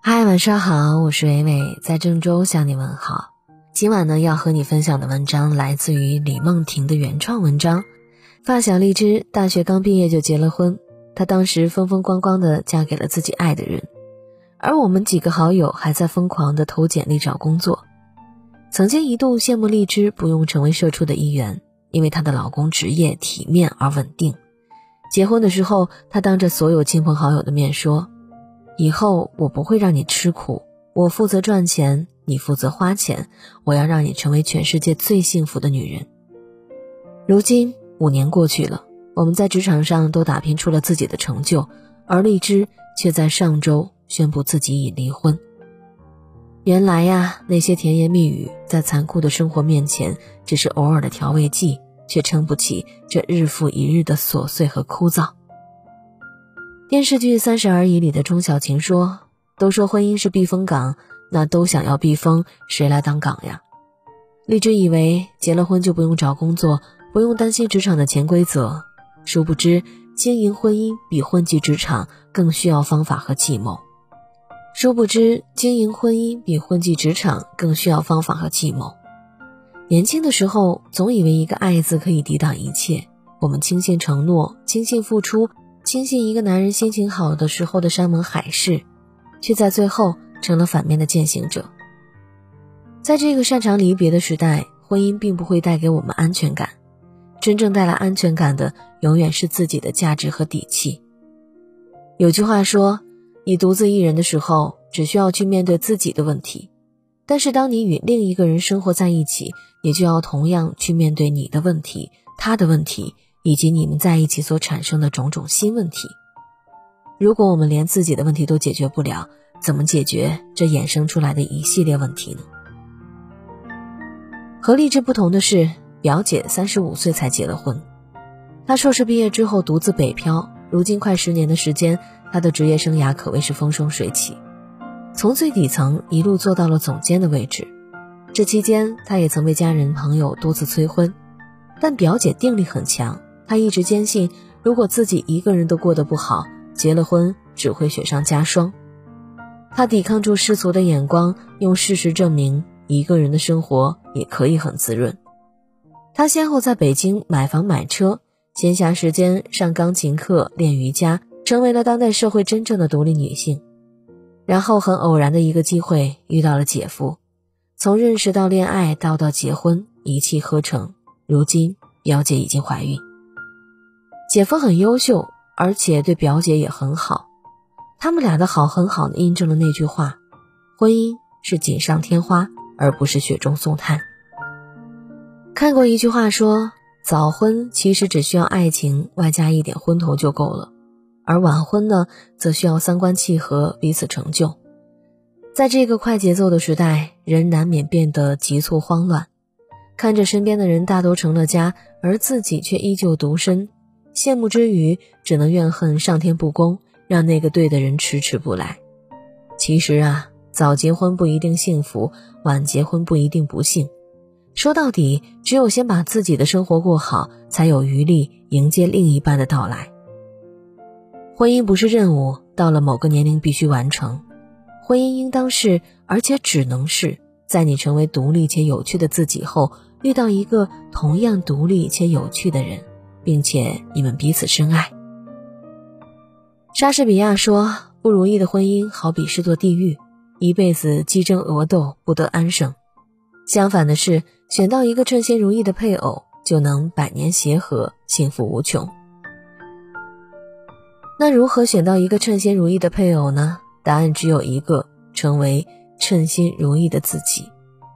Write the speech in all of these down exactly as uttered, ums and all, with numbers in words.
嗨，晚上好，我是伟伟，在郑州向你问好。今晚呢，要和你分享的文章来自于李梦婷的原创文章。发小荔枝大学刚毕业就结了婚，她当时风风光光的嫁给了自己爱的人，而我们几个好友还在疯狂的投简历找工作。曾经一度羡慕荔枝不用成为社畜的一员，因为她的老公职业体面而稳定。结婚的时候，她当着所有亲朋好友的面说，以后我不会让你吃苦，我负责赚钱，你负责花钱，我要让你成为全世界最幸福的女人。如今五年过去了，我们在职场上都打拼出了自己的成就，而荔枝却在上周宣布自己已离婚。原来呀，那些甜言蜜语在残酷的生活面前只是偶尔的调味剂，却撑不起这日复一日的琐碎和枯燥。电视剧《三十而已》里的钟小琴说，都说婚姻是避风港，那都想要避风，谁来当港呀？荔枝以为结了婚就不用找工作，不用担心职场的潜规则，殊不知经营婚姻比混迹职场更需要方法和计谋。殊不知经营婚姻比混迹职场更需要方法和计谋。年轻的时候总以为一个爱字可以抵挡一切，我们轻信承诺，轻信付出，轻信一个男人心情好的时候的山盟海誓，却在最后成了反面的践行者。在这个擅长离别的时代，婚姻并不会带给我们安全感，真正带来安全感的永远是自己的价值和底气。有句话说，你独自一人的时候只需要去面对自己的问题，但是当你与另一个人生活在一起，你就要同样去面对你的问题，他的问题，以及你们在一起所产生的种种新问题。如果我们连自己的问题都解决不了，怎么解决这衍生出来的一系列问题呢？和荔枝不同的是，表姐三十五岁才结了婚。她硕士毕业之后独自北漂，如今快十年的时间，她的职业生涯可谓是风生水起，从最底层一路做到了总监的位置。这期间她也曾被家人朋友多次催婚，但表姐定力很强，她一直坚信，如果自己一个人都过得不好，结了婚只会雪上加霜。她抵抗住世俗的眼光，用事实证明一个人的生活也可以很滋润。她先后在北京买房买车，闲暇时间上钢琴课，练瑜伽，成为了当代社会真正的独立女性。然后很偶然的一个机会遇到了姐夫，从认识到恋爱到到结婚，一气呵成。如今表姐已经怀孕。姐夫很优秀，而且对表姐也很好，他们俩的好很好的印证了那句话，婚姻是锦上添花，而不是雪中送炭。看过一句话说，早婚其实只需要爱情外加一点昏头就够了，而晚婚呢，则需要三观契合，彼此成就。在这个快节奏的时代，人难免变得急促慌乱，看着身边的人大都成了家，而自己却依旧独身，羡慕之余只能怨恨上天不公，让那个对的人迟迟不来。其实啊，早结婚不一定幸福，晚结婚不一定不幸。说到底，只有先把自己的生活过好，才有余力迎接另一半的到来。婚姻不是任务，到了某个年龄必须完成。婚姻应当是，而且只能是，在你成为独立且有趣的自己后，遇到一个同样独立且有趣的人，并且你们彼此深爱。莎士比亚说，不如意的婚姻好比是座地狱，一辈子鸡争鹅斗，不得安生。相反的是，选到一个称心如意的配偶，就能百年协和，幸福无穷。那如何选到一个称心如意的配偶呢？答案只有一个，成为称心如意的自己。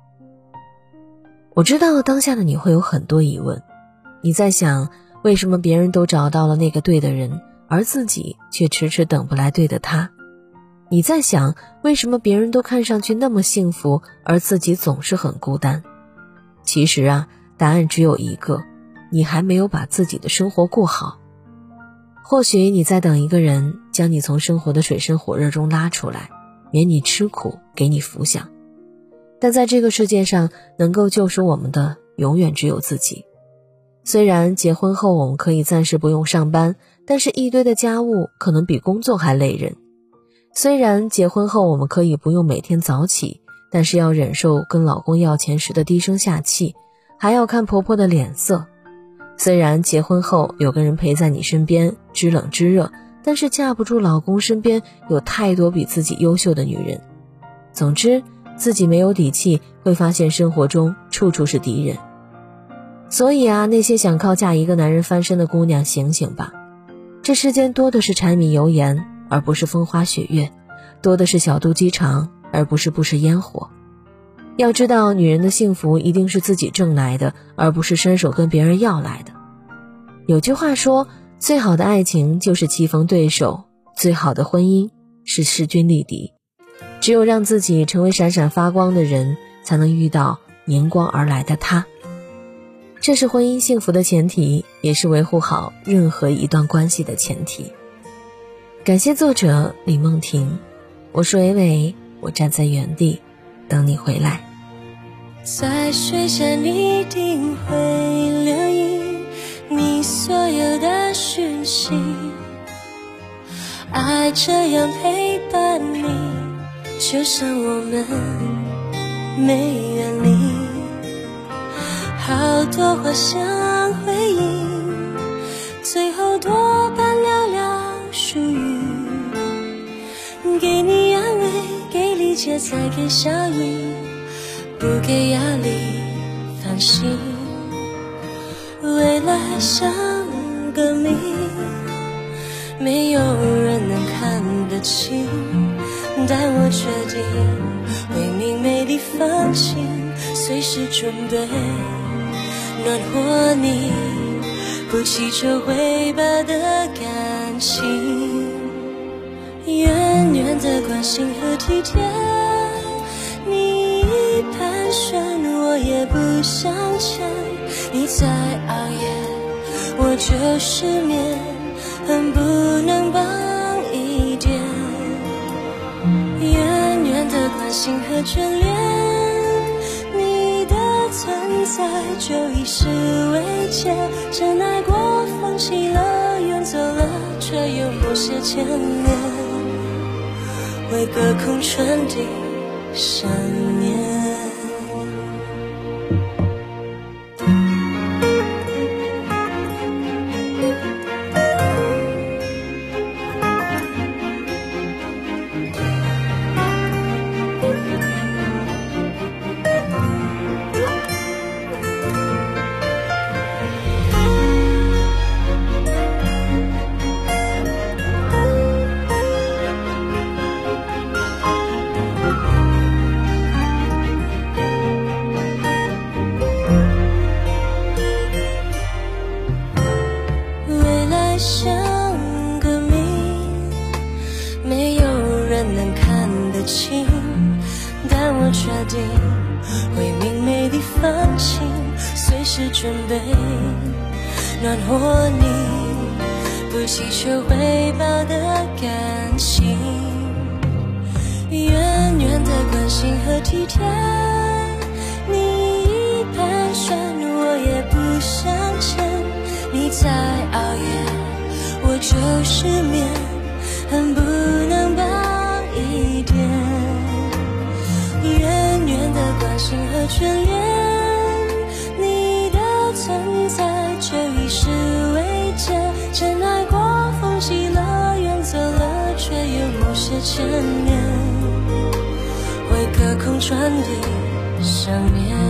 我知道当下的你会有很多疑问，你在想，为什么别人都找到了那个对的人，而自己却迟迟等不来对的他？你在想，为什么别人都看上去那么幸福，而自己总是很孤单？其实啊，答案只有一个，你还没有把自己的生活过好。或许你在等一个人将你从生活的水深火热中拉出来，免你吃苦，给你福享。但在这个世界上，能够救赎我们的永远只有自己。虽然结婚后我们可以暂时不用上班，但是一堆的家务可能比工作还累人。 虽然结婚后我们可以不用每天早起，但是要忍受跟老公要钱时的低声下气，还要看婆婆的脸色。虽然结婚后有个人陪在你身边，知冷知热，但是架不住老公身边有太多比自己优秀的女人。总之，自己没有底气，会发现生活中处处是敌人。所以啊，那些想靠嫁一个男人翻身的姑娘，醒醒吧！这世间多的是柴米油盐，而不是风花雪月；多的是小肚鸡肠，而不是不食烟火。要知道，女人的幸福一定是自己挣来的，而不是伸手跟别人要来的。有句话说，最好的爱情就是棋逢对手，最好的婚姻是势均力敌。只有让自己成为闪闪发光的人，才能遇到迎光而来的他。这是婚姻幸福的前提，也是维护好任何一段关系的前提。感谢作者李梦婷，我是伟伟，我站在原地等你回来。 在水下你一定会留意你所有的讯息，爱这样陪伴你，就像我们没远离，好多话想回应，最后多半寥寥数语，给你安慰，给理解，才给效应，不给压力放心。未来像个谜，没有人能看得清，但我决定会明媚地放晴，随时准备暖和你不祈求回报的感情。远远的关心和体贴，你一盘旋我也不想牵，你再熬夜我就失眠，恨不能帮一点。远远的关心和眷恋，你的存在就已是慰藉，真爱过放弃了远走了，却有某些牵连，会隔空传递想念。像个谜，没有人能看得清，但我决定会明媚地放晴，随时准备暖和你不祈求回报的感情。远远的关心和体贴，你一盘旋我也不想牵，你再熬夜我就失眠，恨不能帮一点。远远的关心和眷恋，你的存在就已是慰藉，真爱过放弃了远走了，却有某些牵连，会隔空传递想念。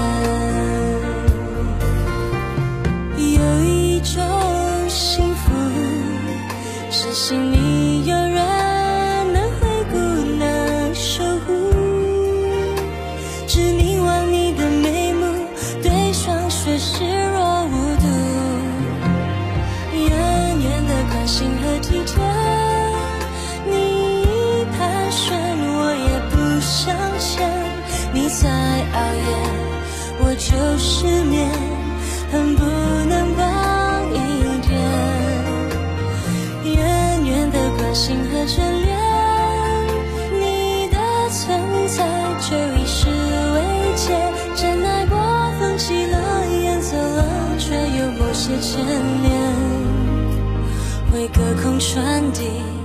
有一种幸福，相信你有人能回顾能守护，只凝望你的眉目，对霜雪视若无睹。远远的关心和体贴，你一盘旋我也不想牵，你再熬夜我就失眠，恨不能帮一点。远远的关心和眷恋，你的存在就已是慰藉，真爱过放弃了远走了，却有某些牵连，会隔空传递